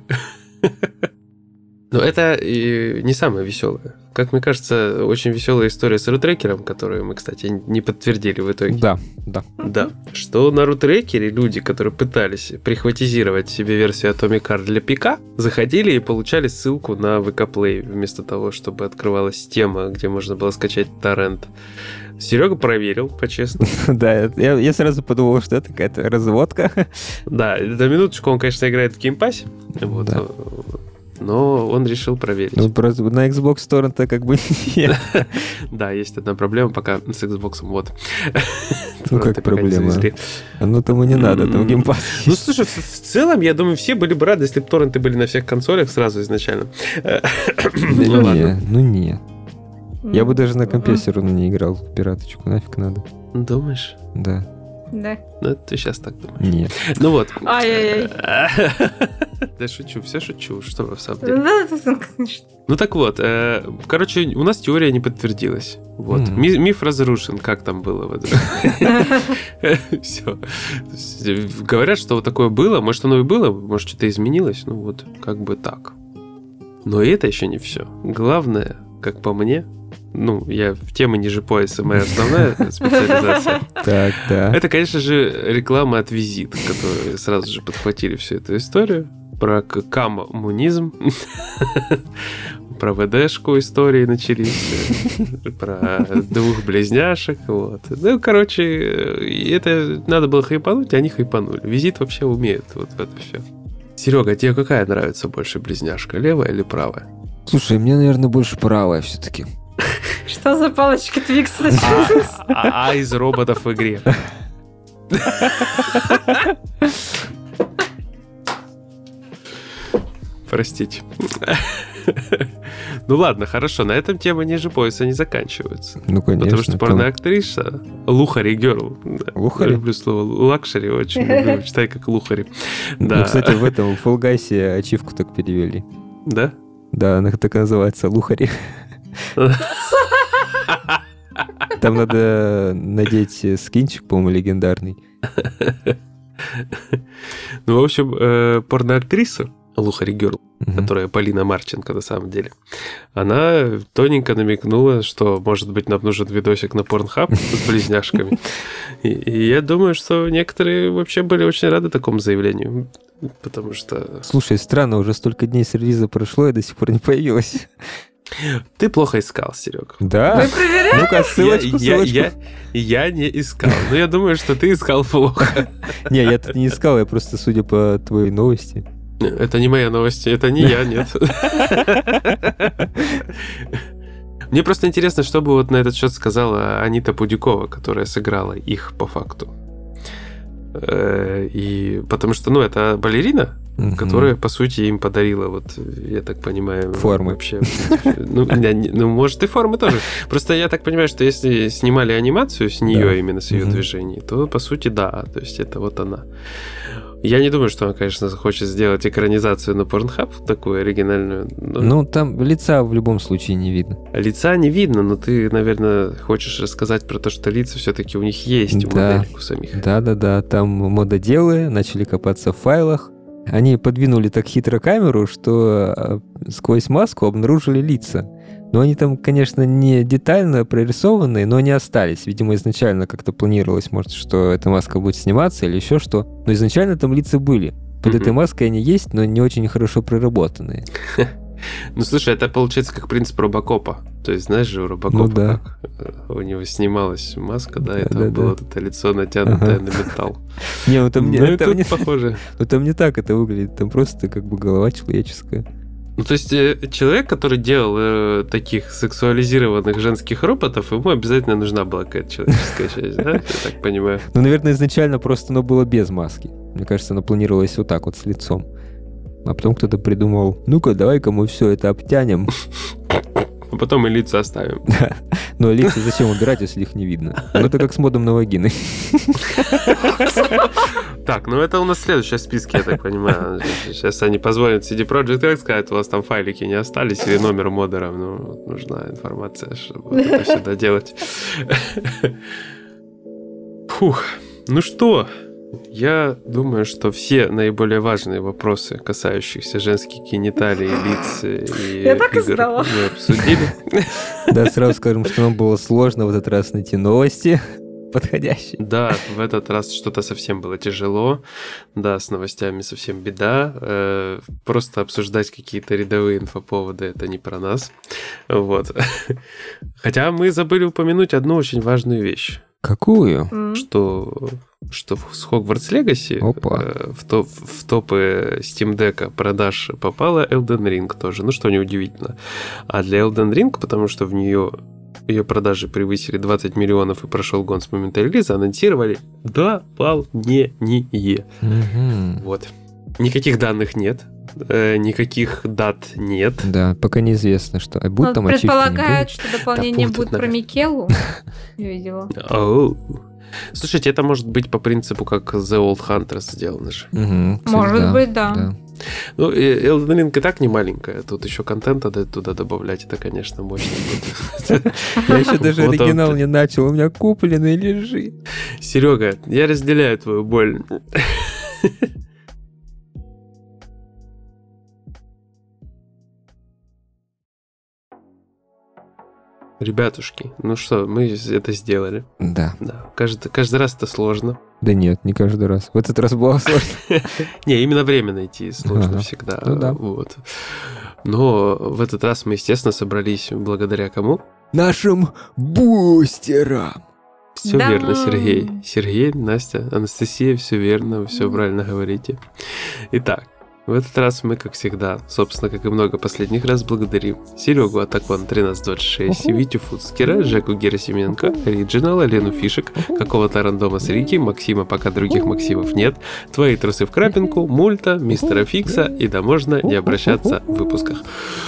Но это и не самое веселое. Как мне кажется, очень веселая история с рутрекером, которую мы, кстати, не подтвердили в итоге. Да, да. Да. Что на рутрекере люди, которые пытались прихватизировать себе версию Atomic Heart для ПК, заходили и получали ссылку на ви кей Play, вместо того, чтобы открывалась тема, где можно было скачать торрент. Серега проверил, по-честному. Да, я, я сразу подумал, что это какая-то разводка. Да, на минуточку он, конечно, играет в геймпассе. Вот. Да. Но он решил проверить. Ну, просто на Xbox Store-то как бы нет. Да, есть одна проблема пока с Xbox. Вот. Ну, как проблема? Ну, тому не надо, там геймпад. Ну, слушай, в целом, я думаю, все были бы рады, если бы торренты были на всех консолях сразу изначально. Ну, ладно. Ну, нет. Я бы даже на компе все равно не играл в пираточку. Нафиг надо. Думаешь? Да. Да. Ну, ты сейчас так думаешь. Нет. Ну вот. Ай-яй-яй. Да шучу, все шучу. Что вы в самом деле? Ну так вот, короче, у нас теория не подтвердилась. Вот. Миф разрушен. Как там было? Все. Говорят, что вот такое было. Может, оно и было, может, что-то изменилось. Ну вот, как бы так. Но и это еще не все. Главное, как по мне, ну, я в теме ниже пояса, моя основная специализация. Так, да. Это, конечно же, реклама от Визит, которые сразу же подхватили всю эту историю про коммунизм, про ВДшку истории начались, про двух близняшек, вот. Ну, короче, это надо было хайпануть, и они хайпанули. Визит вообще умеет вот в это все. Серега, тебе какая нравится больше близняшка, левая или правая? Слушай, мне, наверное, больше правая все-таки. Что за палочки Твикс? А, а, а из роботов в игре. Простите. Ну ладно, хорошо, на этом темы ниже пояса не заканчиваются. Ну, конечно. Потому что порноактриса Лухари Герл. Лухари? Я люблю слово лакшери, очень люблю, читай как Лухари. Да. Ну, кстати, в этом в Fall Guys ачивку так перевели. Да? Да, она так и называется, Лухари. Там надо надеть скинчик, по-моему, легендарный. Ну, в общем, порноактриса Лухари Герл, uh-huh. которая Полина Марченко на самом деле, она тоненько намекнула, что, может быть, нам нужен видосик на Pornhub с близняшками. И, и я думаю, что некоторые вообще были очень рады такому заявлению, потому что... Слушай, странно, уже столько дней с релиза прошло, и до сих пор не появилось. Ты плохо искал, Серег. Да? Вы проверяли? Ну-ка, ссылочку, я, ссылочку. Я, я, я не искал. Но я думаю, что ты искал плохо. Не, я тут не искал, я просто, судя по твоей новости. Это не моя новость, это не я, нет. Мне просто интересно, что бы вот на этот счет сказала Анита Пудякова, которая сыграла их по факту. И потому что, ну, это балерина, угу. которая, по сути, им подарила, вот, я так понимаю... Формы. Вообще, ну, ну, может, и формы тоже. Просто я так понимаю, что если снимали анимацию с нее, да. именно с ее угу. движений, то, по сути, да, то есть это вот она. Я не думаю, что он, конечно, захочет сделать экранизацию на Pornhub, такую оригинальную. Но... Ну, там лица в любом случае не видно. Лица не видно, но ты, наверное, хочешь рассказать про то, что лица все-таки у них есть, у да. моделек у самих. Да-да-да, там мододелы начали копаться в файлах. Они подвинули так хитро камеру, что сквозь маску обнаружили лица. Но они там, конечно, не детально прорисованные, но они остались. Видимо, изначально как-то планировалось, может, что эта маска будет сниматься или еще что. Но изначально там лица были. Под mm-hmm. этой маской они есть, но не очень хорошо проработанные. Ну, слушай, это получается как принцип Робокопа. То есть, знаешь же, у Робокопа ну, да. как у него снималась маска, да, и да, там да, было да. это лицо натянутое ага. на металл. Не, ну там не, ну, там не похоже. Ну там не так это выглядит, там просто как бы голова человеческая. Ну, то есть, человек, который делал э, таких сексуализированных женских роботов, ему обязательно нужна была какая-то человеческая часть, да? Я так понимаю. Ну, наверное, изначально просто оно было без маски. Мне кажется, оно планировалось вот так вот, с лицом. А потом кто-то придумал, ну-ка, давай-ка мы все это обтянем. А потом и лица оставим. Да. Но лица зачем убирать, если их не видно? Ну, это как с модом на вагины. Так, ну это у нас следующее в списке, я так понимаю. Сейчас они позвонят си ди Projekt Red, скажут, у вас там файлики не остались, или номер модера. Ну, нужна информация, чтобы это все доделать. Фух, ну что... Я думаю, что все наиболее важные вопросы, касающиеся женских гениталий, лиц и Я так и игр, знала. мы обсудили. Да, сразу скажем, что нам было сложно в этот раз найти новости подходящие. Да, в этот раз что-то совсем было тяжело. Да, с новостями совсем беда. Просто обсуждать какие-то рядовые инфоповоды — это не про нас. Вот. Хотя мы забыли упомянуть одну очень важную вещь. Какую? Mm. Что, что с Hogwarts Legacy э, в, топ, в топы Steam Deck продаж попала Elden Ring тоже. Ну, что неудивительно. А для Elden Ring, потому что в нее ее продажи превысили двадцать миллионов и прошел год с момента релиза, анонсировали дополнение. Mm-hmm. Вот. Никаких данных нет. Э, никаких дат нет. Да, пока неизвестно, что. А будут там ачивки, предполагают, что дополнение да, будет про Микелу. Я видела. Oh. Слушайте, это может быть по принципу, как The Old Hunters сделано же. Угу, кстати, может да, быть, да. да. Ну, Elden Ring и так не маленькая. Тут еще контента туда добавлять, это, конечно, мощно будет. Я еще даже оригинал не начал, у меня купленный лежит. Серега, я разделяю твою боль. Ребятушки, ну что, мы это сделали. Да. Да. Каждый, каждый раз это сложно. Да нет, не каждый раз. В этот раз было сложно. Не, именно время найти сложно всегда. Ну да. Вот. Но в этот раз мы, естественно, собрались благодаря кому? Нашим бустерам. Все верно, Сергей. Сергей, Настя, Анастасия, все верно, вы все правильно говорите. Итак, в этот раз мы, как всегда, собственно, как и много последних раз, благодарим Серегу Атакон тринадцать двадцать шесть, Витю Фуцкера, Жеку Герасименко, Риджинала, Лену Фишек, какого-то рандома с Рики, Максима, пока других Максимов нет, Твои трусы в крапинку, Мульта, Мистера Фикса, и да можно не обращаться в выпусках.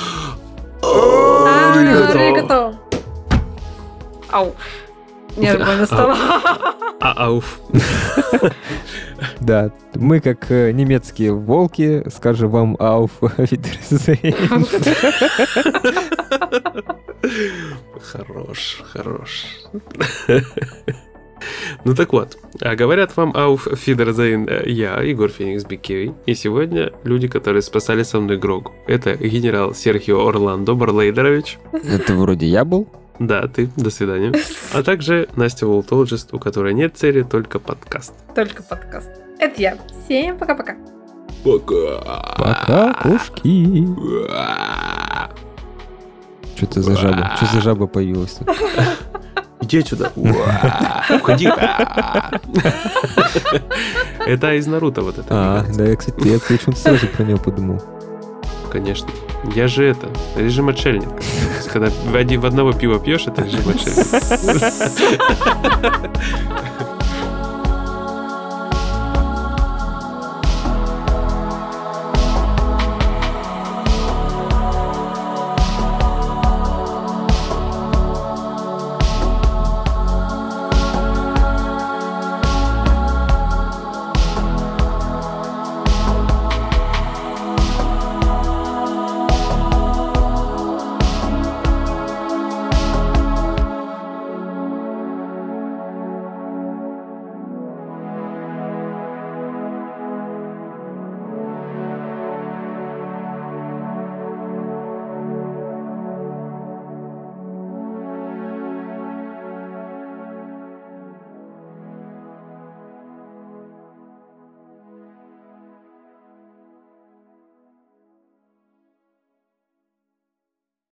Аригато! Ау. Нервно стало. А, ауф. Да, мы как немецкие волки скажем вам ауф. Хорош, хорош. Ну так вот, а говорят вам ауф Фидерзейн я, Егор Феникс Бикей, и сегодня люди, которые спасали со мной Грогу. Это генерал Серхио Орландо Барлейдерович. Это вроде я был. Да, ты, до свидания. А также Настя Волтологист, у которой нет цели, только подкаст. Только подкаст. Это я. Всем пока-пока. Пока. Пока, кошки. Что это за жаба? Что за жаба появилась тут? Иди отсюда. Уходи. Это из Наруто вот это. А, да, я, кстати, я почему-то сразу про него подумал. Конечно. Я же это, режим отшельник. Когда в одного пива пьешь, это режим отшельник.